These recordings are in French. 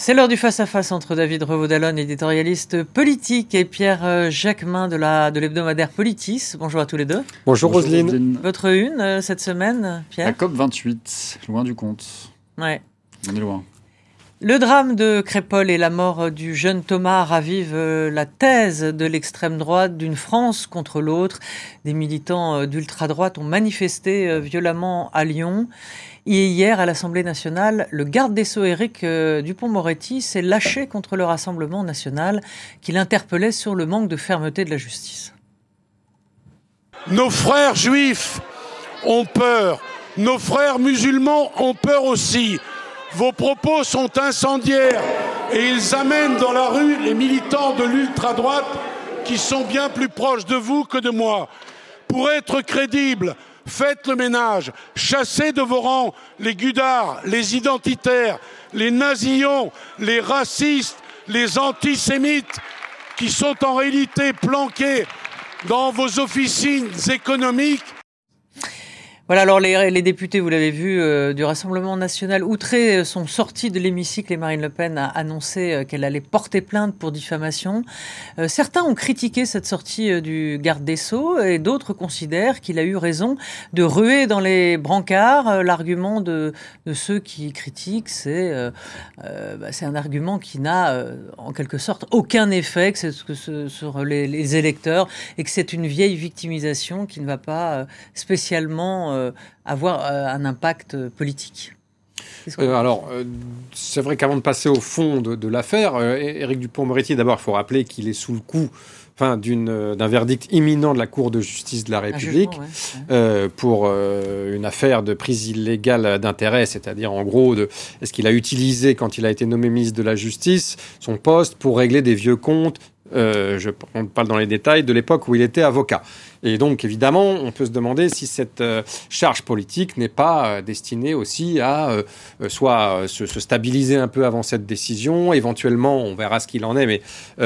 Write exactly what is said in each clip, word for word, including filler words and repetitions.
C'est l'heure du face-à-face entre David Revaud-Dallon, éditorialiste politique, et Pierre Jacquemin de, la, de l'hebdomadaire Politis. Bonjour à tous les deux. Bonjour, Bonjour Roselyne. Roselyne. Votre une euh, cette semaine, Pierre ? La COP vingt-huit, loin du compte. Ouais. On est loin. Le drame de Crépol et la mort du jeune Thomas ravivent la thèse de l'extrême droite d'une France contre l'autre. Des militants d'ultra-droite ont manifesté violemment à Lyon. Et hier, à l'Assemblée nationale, le garde des Sceaux Éric Dupond-Moretti s'est lâché contre le Rassemblement national qui l'interpellait sur le manque de fermeté de la justice. Nos frères juifs ont peur. Nos frères musulmans ont peur aussi. Vos propos sont incendiaires et ils amènent dans la rue les militants de l'ultra-droite qui sont bien plus proches de vous que de moi. Pour être crédible, faites le ménage, chassez de vos rangs les gudards, les identitaires, les nazillons, les racistes, les antisémites qui sont en réalité planqués dans vos officines économiques. Voilà, alors les, les députés, vous l'avez vu, euh, du Rassemblement national outrés sont sortis de l'hémicycle et Marine Le Pen a annoncé euh, qu'elle allait porter plainte pour diffamation. Euh, certains ont critiqué cette sortie euh, du garde des Sceaux et d'autres considèrent qu'il a eu raison de ruer dans les brancards. Euh, l'argument de, de ceux qui critiquent, c'est, euh, euh, bah, c'est un argument qui n'a euh, en quelque sorte aucun effet que c'est, que ce, sur les, les électeurs et que c'est une vieille victimisation qui ne va pas euh, spécialement Euh, avoir euh, un impact euh, politique. Euh, alors, euh, c'est vrai qu'avant de passer au fond de, de l'affaire, euh, Éric Dupond-Moretti, d'abord, il faut rappeler qu'il est sous le coup enfin, d'une, euh, d'un verdict imminent de la Cour de justice de la République jugement, ouais. euh, pour euh, une affaire de prise illégale d'intérêt, c'est-à-dire en gros, de, est-ce qu'il a utilisé, quand il a été nommé ministre de la Justice, son poste pour régler des vieux comptes. Euh, je on parle dans les détails de l'époque où il était avocat. Et donc, évidemment, on peut se demander si cette euh, charge politique n'est pas euh, destinée aussi à euh, soit euh, se, se stabiliser un peu avant cette décision, éventuellement, on verra ce qu'il en est, mais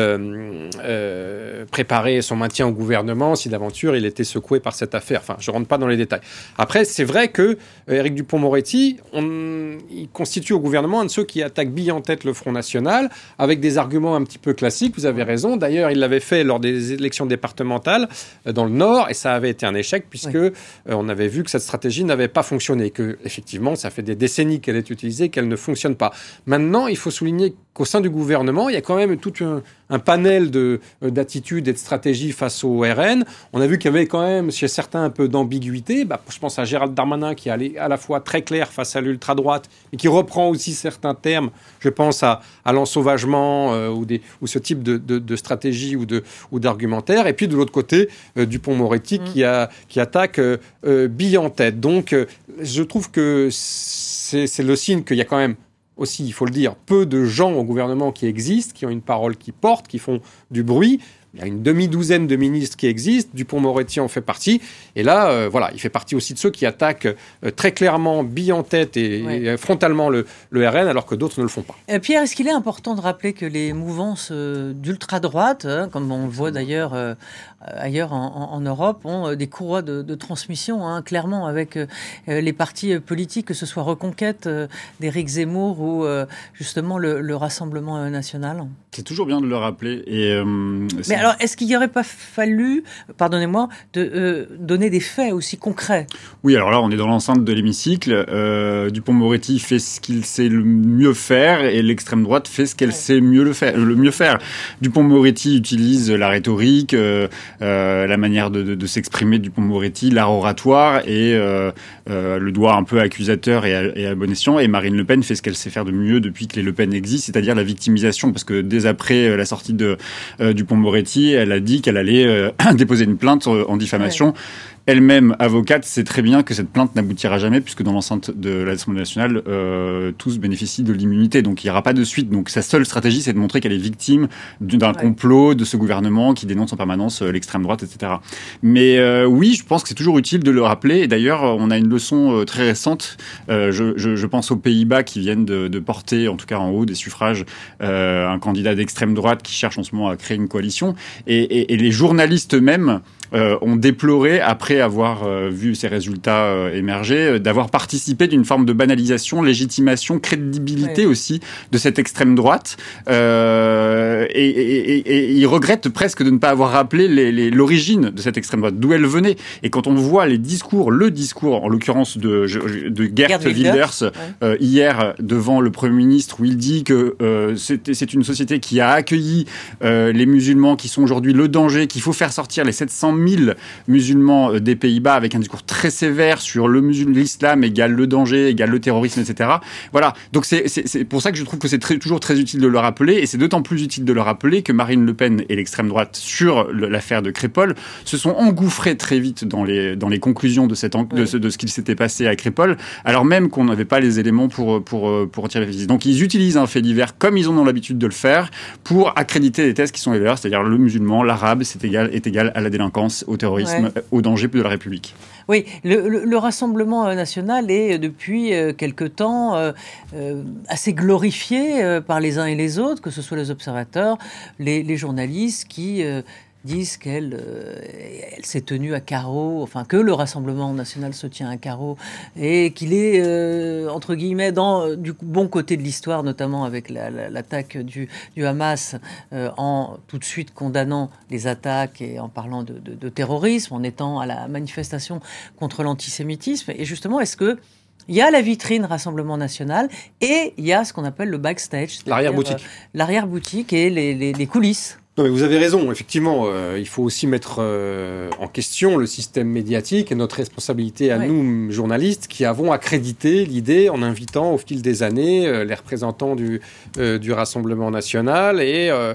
euh, euh, préparer son maintien au gouvernement si d'aventure il était secoué par cette affaire. Enfin, je ne rentre pas dans les détails. Après, c'est vrai que euh, Éric Dupond-Moretti, on, il constitue au gouvernement un de ceux qui attaquent bille en tête le Front National avec des arguments un petit peu classiques. Vous avez raison. D'ailleurs, il l'avait fait lors des élections départementales euh, dans le Nord. Et ça avait été un échec puisque oui. euh, on avait vu que cette stratégie n'avait pas fonctionné, que effectivement ça fait des décennies qu'elle est utilisée, qu'elle ne fonctionne pas. Maintenant, il faut souligner qu'au sein du gouvernement, il y a quand même tout un, un panel de, euh, d'attitudes et de stratégies face au R N. On a vu qu'il y avait quand même chez certains un peu d'ambiguïté. Bah, je pense à Gérald Darmanin qui est allé à la fois très clair face à l'ultra-droite et qui reprend aussi certains termes. Je pense à, à l'ensauvagement euh, ou, des, ou ce type de, de, de stratégie ou, de, ou d'argumentaire. Et puis de l'autre côté, euh, Dupond-Moretti mmh. qui, a, qui attaque euh, euh, bille en tête. Donc euh, je trouve que c'est, c'est le signe qu'il y a quand même aussi, il faut le dire, peu de gens au gouvernement qui existent, qui ont une parole qui porte, qui font du bruit. Il y a une demi-douzaine de ministres qui existent, Dupond-Moretti en fait partie. Et là, euh, voilà, il fait partie aussi de ceux qui attaquent euh, très clairement, bille en tête et, ouais. et frontalement le, le R N, alors que d'autres ne le font pas. Euh, Pierre, est-ce qu'il est important de rappeler que les mouvances euh, d'ultra-droite, hein, comme on le voit d'ailleurs euh, ailleurs en, en, en Europe, ont euh, des courroies de, de transmission, hein, clairement, avec euh, les partis politiques, que ce soit Reconquête euh, d'Éric Zemmour ou euh, justement le, le Rassemblement national. C'est toujours bien de le rappeler. Et, euh, Mais alors, est-ce qu'il n'y aurait pas fallu, pardonnez-moi, de euh, donner des faits aussi concrets ? Oui, alors là, on est dans l'enceinte de l'hémicycle. Euh, Dupond-Moretti fait ce qu'il sait le mieux faire et l'extrême droite fait ce qu'elle ouais. sait mieux le faire. Le mieux faire. Dupond-Moretti utilise la rhétorique, euh, euh, la manière de, de, de s'exprimer de Dupond-Moretti, l'art oratoire et euh, euh, le doigt un peu accusateur et à, et à bon escient. Et Marine Le Pen fait ce qu'elle sait faire de mieux depuis que les Le Pen existent, c'est-à-dire la victimisation, parce que dès après la sortie de euh, Dupond-Moretti, elle a dit qu'elle allait euh, déposer une plainte en diffamation. Ouais. Elle-même, avocate, sait très bien que cette plainte n'aboutira jamais, puisque dans l'enceinte de l'Assemblée nationale, euh, tous bénéficient de l'immunité. Donc il n'y aura pas de suite. Donc sa seule stratégie, c'est de montrer qu'elle est victime d'un ouais. complot de ce gouvernement qui dénonce en permanence euh, l'extrême droite, et cetera. Mais euh, oui, je pense que c'est toujours utile de le rappeler. Et d'ailleurs, on a une leçon euh, très récente. Euh, je, je, je pense aux Pays-Bas qui viennent de, de porter, en tout cas en haut des suffrages, euh, un candidat d'extrême droite qui cherche en ce moment à créer une coalition. Et, et, et les journalistes eux-mêmes euh, ont déploré, après avoir euh, vu ces résultats euh, émerger, euh, d'avoir participé d'une forme de banalisation, légitimation, crédibilité ouais. aussi de cette extrême droite. Euh, et, et, et, et ils regrettent presque de ne pas avoir rappelé les, les, l'origine de cette extrême droite, d'où elle venait. Et quand on voit les discours, le discours, en l'occurrence de, de Geert, Geert Wilders, Wilders ouais. euh, hier devant le Premier ministre, où il dit que euh, c'est, c'est une société qui a accueilli euh, les musulmans, qui sont aujourd'hui le danger, qu'il faut faire sortir les sept cent mille musulmans des Pays-Bas, avec un discours très sévère sur le musulman, l'islam égale le danger, égale le terrorisme, et cetera. Voilà. Donc c'est, c'est, c'est pour ça que je trouve que c'est très, toujours très utile de le rappeler, et c'est d'autant plus utile de le rappeler que Marine Le Pen et l'extrême droite, sur le, l'affaire de Crépol, se sont engouffrés très vite dans les, dans les conclusions de, cette en, oui. de, ce, de ce qu'il s'était passé à Crépol, alors même qu'on n'avait pas les éléments pour, pour, pour retirer les faits. Donc ils utilisent un fait divers, comme ils ont l'habitude de le faire, pour accréditer des thèses qui sont les leurs, c'est-à-dire le musulman, l'arabe, c'est égal, est égal à la délinquance, au terrorisme, ouais. au danger de la République. Oui, le, le, le Rassemblement national est depuis euh, quelque temps euh, euh, assez glorifié euh, par les uns et les autres, que ce soit les observateurs, les, les journalistes qui euh, disent qu'elle euh, elle s'est tenue à carreau, enfin que le Rassemblement national se tient à carreau et qu'il est, euh, entre guillemets, dans euh, du bon côté de l'histoire, notamment avec la, la, l'attaque du, du Hamas, euh, en tout de suite condamnant les attaques et en parlant de, de, de terrorisme, en étant à la manifestation contre l'antisémitisme. Et justement, est-ce que il y a la vitrine Rassemblement national et il y a ce qu'on appelle le backstage, l'arrière-boutique, euh, l'arrière-boutique et les, les, les coulisses? Non, mais vous avez raison. Effectivement, euh, il faut aussi mettre euh, en question le système médiatique et notre responsabilité à oui. nous, journalistes, qui avons accrédité l'idée en invitant au fil des années euh, les représentants du, euh, du Rassemblement national et euh,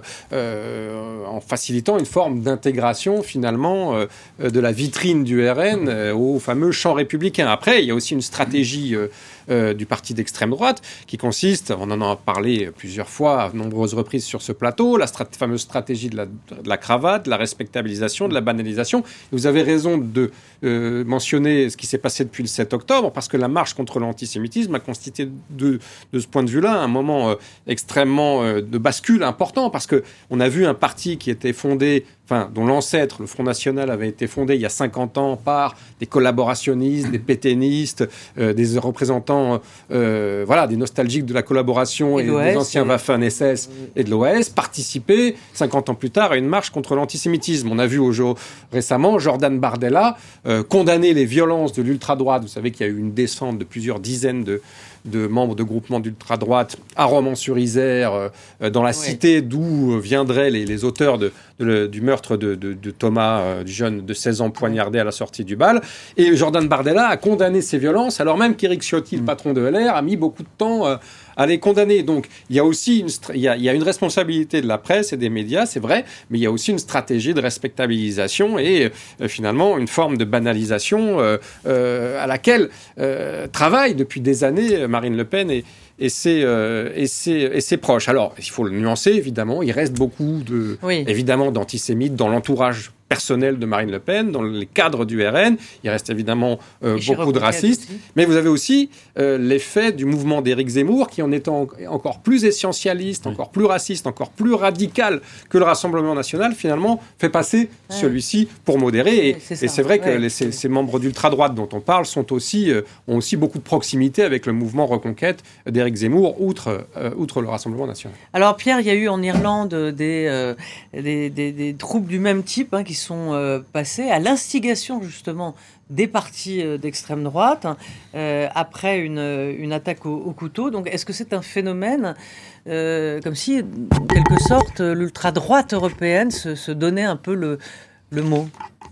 euh, en facilitant une forme d'intégration, finalement, euh, de la vitrine du R N euh, au fameux champ républicain. Après, il y a aussi une stratégie euh, euh, du parti d'extrême droite qui consiste, on en a parlé plusieurs fois, à nombreuses reprises sur ce plateau, la strat- fameuse stratégie De la, de la cravate, de la respectabilisation, de la banalisation. Et vous avez raison de euh, mentionner ce qui s'est passé depuis le sept octobre, parce que la marche contre l'antisémitisme a constitué de, de ce point de vue-là un moment euh, extrêmement euh, de bascule important, parce qu'on a vu un parti qui était fondé, enfin, dont l'ancêtre, le Front National, avait été fondé il y a cinquante ans par des collaborationnistes, des pétainistes, euh, des représentants, euh, voilà, des nostalgiques de la collaboration et, et des anciens Waffen-S S et de l'O S, participer cinquante ans plus tard à une marche contre l'antisémitisme. On a vu au jour, récemment Jordan Bardella euh, condamner les violences de l'ultra-droite. Vous savez qu'il y a eu une descente de plusieurs dizaines de de membres de groupements d'ultra-droite à Romans-sur-Isère, euh, dans la oui. cité d'où viendraient les, les auteurs de, de, du meurtre de, de, de Thomas, euh, du jeune de seize ans poignardé à la sortie du bal. Et Jordan Bardella a condamné ces violences, alors même qu'Éric Ciotti, mmh. le patron de L R, a mis beaucoup de temps euh, à les condamner. Donc il y a aussi une, il y a, il y a une responsabilité de la presse et des médias, c'est vrai, mais il y a aussi une stratégie de respectabilisation et euh, finalement une forme de banalisation euh, euh, à laquelle euh, travaille depuis des années Marine Le Pen et, et, ses, euh, et, ses, et ses proches. Alors, il faut le nuancer, évidemment. Il reste beaucoup, de, oui. évidemment, d'antisémites dans l'entourage personnel de Marine Le Pen, dans les cadres du R N. Il reste évidemment euh, beaucoup de racistes. Aussi. Mais vous avez aussi euh, l'effet du mouvement d'Éric Zemmour, qui en étant encore plus essentialiste, oui. encore plus raciste, encore plus radical que le Rassemblement national, finalement, fait passer ouais. celui-ci pour modéré. Et c'est, et c'est vrai ouais. que les, ces, ces membres d'ultra-droite dont on parle sont aussi, euh, ont aussi beaucoup de proximité avec le mouvement Reconquête d'Éric Zemmour, outre, euh, outre le Rassemblement national. Alors Pierre, il y a eu en Irlande des, euh, des, des, des troupes du même type hein, qui sont euh, passés à l'instigation justement des partis euh, d'extrême droite euh, après une, une attaque au, au couteau. Donc est-ce que c'est un phénomène euh, comme si, en quelque sorte, l'ultra-droite européenne se, se donnait un peu le, le mot ?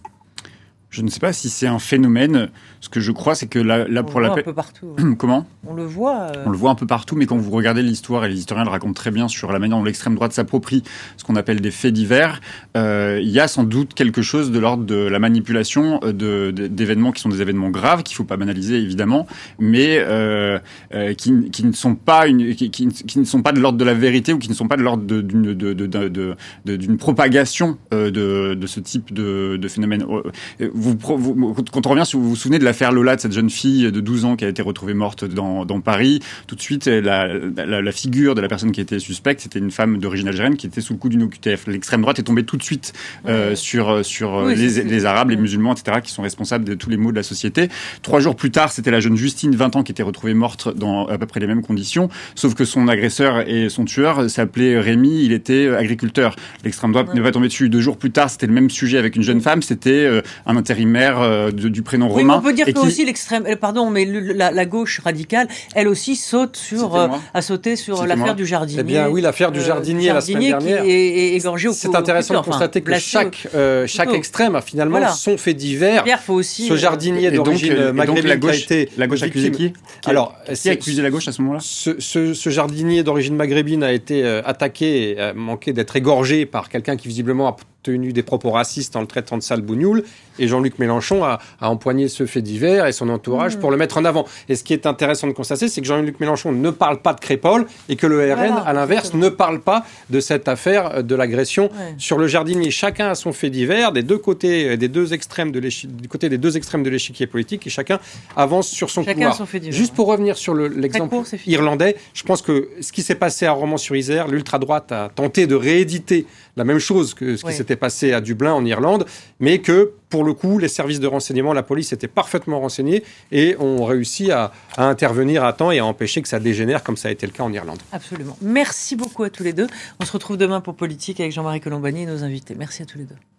Je ne sais pas si c'est un phénomène. Ce que je crois, c'est que là, là on pour le la voit paix... un peu partout. Ouais. Comment ? On le voit. Euh... On le voit un peu partout, mais quand vous regardez l'histoire, et les historiens le racontent très bien sur la manière dont l'extrême droite s'approprie ce qu'on appelle des faits divers, euh, il y a sans doute quelque chose de l'ordre de la manipulation de, de, d'événements qui sont des événements graves, qu'il ne faut pas banaliser évidemment, mais euh, euh, qui, qui ne sont pas une, qui, qui, qui ne sont pas de l'ordre de la vérité ou qui ne sont pas de l'ordre de, d'une, de, de, de, de, de, d'une propagation euh, de, de ce type de, de phénomène. vous, vous, quand on revient, si vous vous souvenez de l'affaire Lola, de cette jeune fille de douze ans qui a été retrouvée morte dans, dans Paris, tout de suite, la, la, la figure de la personne qui était suspecte, c'était une femme d'origine algérienne qui était sous le coup d'une O Q T F. L'extrême droite est tombée tout de suite euh, sur, sur oui, les, les Arabes, les musulmans, et cetera, qui sont responsables de tous les maux de la société. Trois jours plus tard, c'était la jeune Justine, vingt ans, qui était retrouvée morte dans à peu près les mêmes conditions, sauf que son agresseur et son tueur s'appelait Rémi, il était agriculteur. L'extrême droite ouais. ne va tomber dessus. Deux jours plus tard, c'était le même sujet avec une jeune femme, c'était euh, un intérimaire euh, de, du prénom oui, romain. On peut dire que qui... aussi l'extrême, pardon, mais le, la, la gauche radicale, elle aussi saute sur, euh, a sauté sur c'était l'affaire moi. du jardinier. Eh bien oui, l'affaire du jardinier, euh, du jardinier la semaine dernière. Qui est, est égorgé au C'est intéressant de constater que chaque, euh, chaque extrême a finalement voilà. son fait divers. Faut aussi, ce jardinier euh, d'origine donc, maghrébine la gauche, qui a été la gauche accusée qui, qui Alors, qui a accusé la gauche à ce moment-là ce, ce, ce jardinier d'origine maghrébine a été euh, attaqué et a manqué d'être égorgé par quelqu'un qui visiblement a tenu des propos racistes en le traitant de sale bougnoule, et Jean-Luc Mélenchon a, a empoigné ce fait divers et son entourage mmh. pour le mettre en avant. Et ce qui est intéressant de constater, c'est que Jean-Luc Mélenchon ne parle pas de Crépol et que le R N, voilà, à l'inverse, ne parle pas de cette affaire de l'agression ouais. sur le jardinier. Chacun a son fait divers des deux côtés, des deux extrêmes de du côté des deux extrêmes de l'échiquier politique, et chacun avance sur son chacun couloir. Son fait divers, Juste pour revenir sur le, l'exemple court, irlandais, je pense que ce qui s'est passé à Romans-sur-Isère, l'ultra-droite a tenté de rééditer la même chose que ce qui ouais. s'était passé à Dublin en Irlande, mais que pour le coup, les services de renseignement, la police étaient parfaitement renseignés et ont réussi à, à intervenir à temps et à empêcher que ça dégénère comme ça a été le cas en Irlande. Absolument. Merci beaucoup à tous les deux. On se retrouve demain pour Politique avec Jean-Marie Colombani et nos invités. Merci à tous les deux.